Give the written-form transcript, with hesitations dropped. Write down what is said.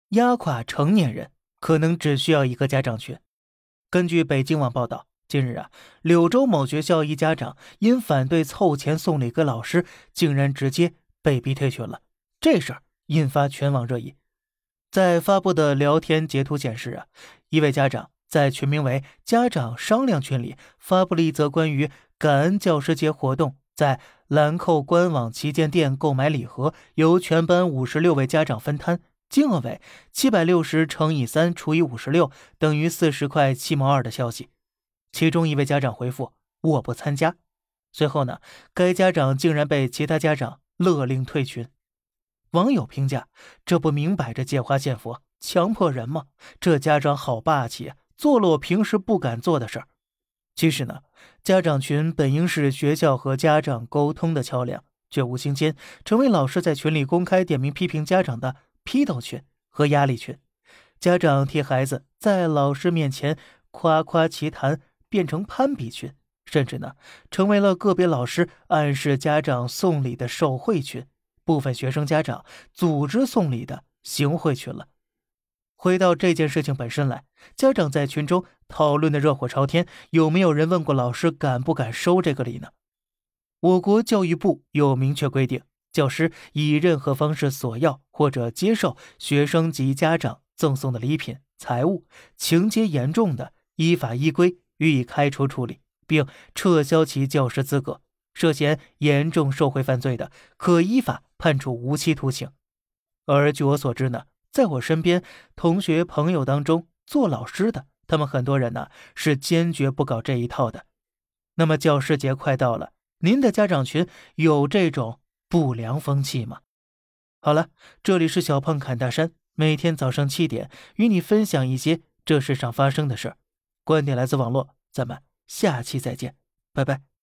压垮成年人可能只需要一个家长群。根据北京网报道，近日柳州某学校一家长因反对凑钱送礼给老师，竟然直接被逼退群了。这事儿引发全网热议。在发布的聊天截图显示一位家长在群名为家长商量群里发布了一则关于感恩教师节活动在兰蔻官网旗舰店购买礼盒，由全班56位家长分摊，金额为760乘以3除以56等于40块7毛2的消息。其中一位家长回复我不参加。随后该家长竟然被其他家长勒令退群。网友评价，这不明摆着借花献佛强迫人吗？这家长好霸气做了我平时不敢做的事儿。其实家长群本应是学校和家长沟通的桥梁，却无形间成为老师在群里公开点名批评家长的批斗群和压力群。家长替孩子在老师面前夸夸其谈，变成攀比群，甚至成为了个别老师暗示家长送礼的受贿群，部分学生家长组织送礼的行贿群了。回到这件事情本身来，家长在群中讨论的热火朝天，有没有人问过老师敢不敢收这个礼呢？我国教育部有明确规定，教师以任何方式索要或者接受学生及家长赠送的礼品、财物，情节严重的，依法依规予以开除处理，并撤销其教师资格；涉嫌严重受贿犯罪的，可依法判处无期徒刑。而据我所知在我身边同学朋友当中，做老师的他们很多人是坚决不搞这一套的。那么教师节快到了，您的家长群有这种不良风气吗？好了，这里是小胖侃大山，每天早上7点与你分享一些这世上发生的事儿。观点来自网络，咱们下期再见，拜拜。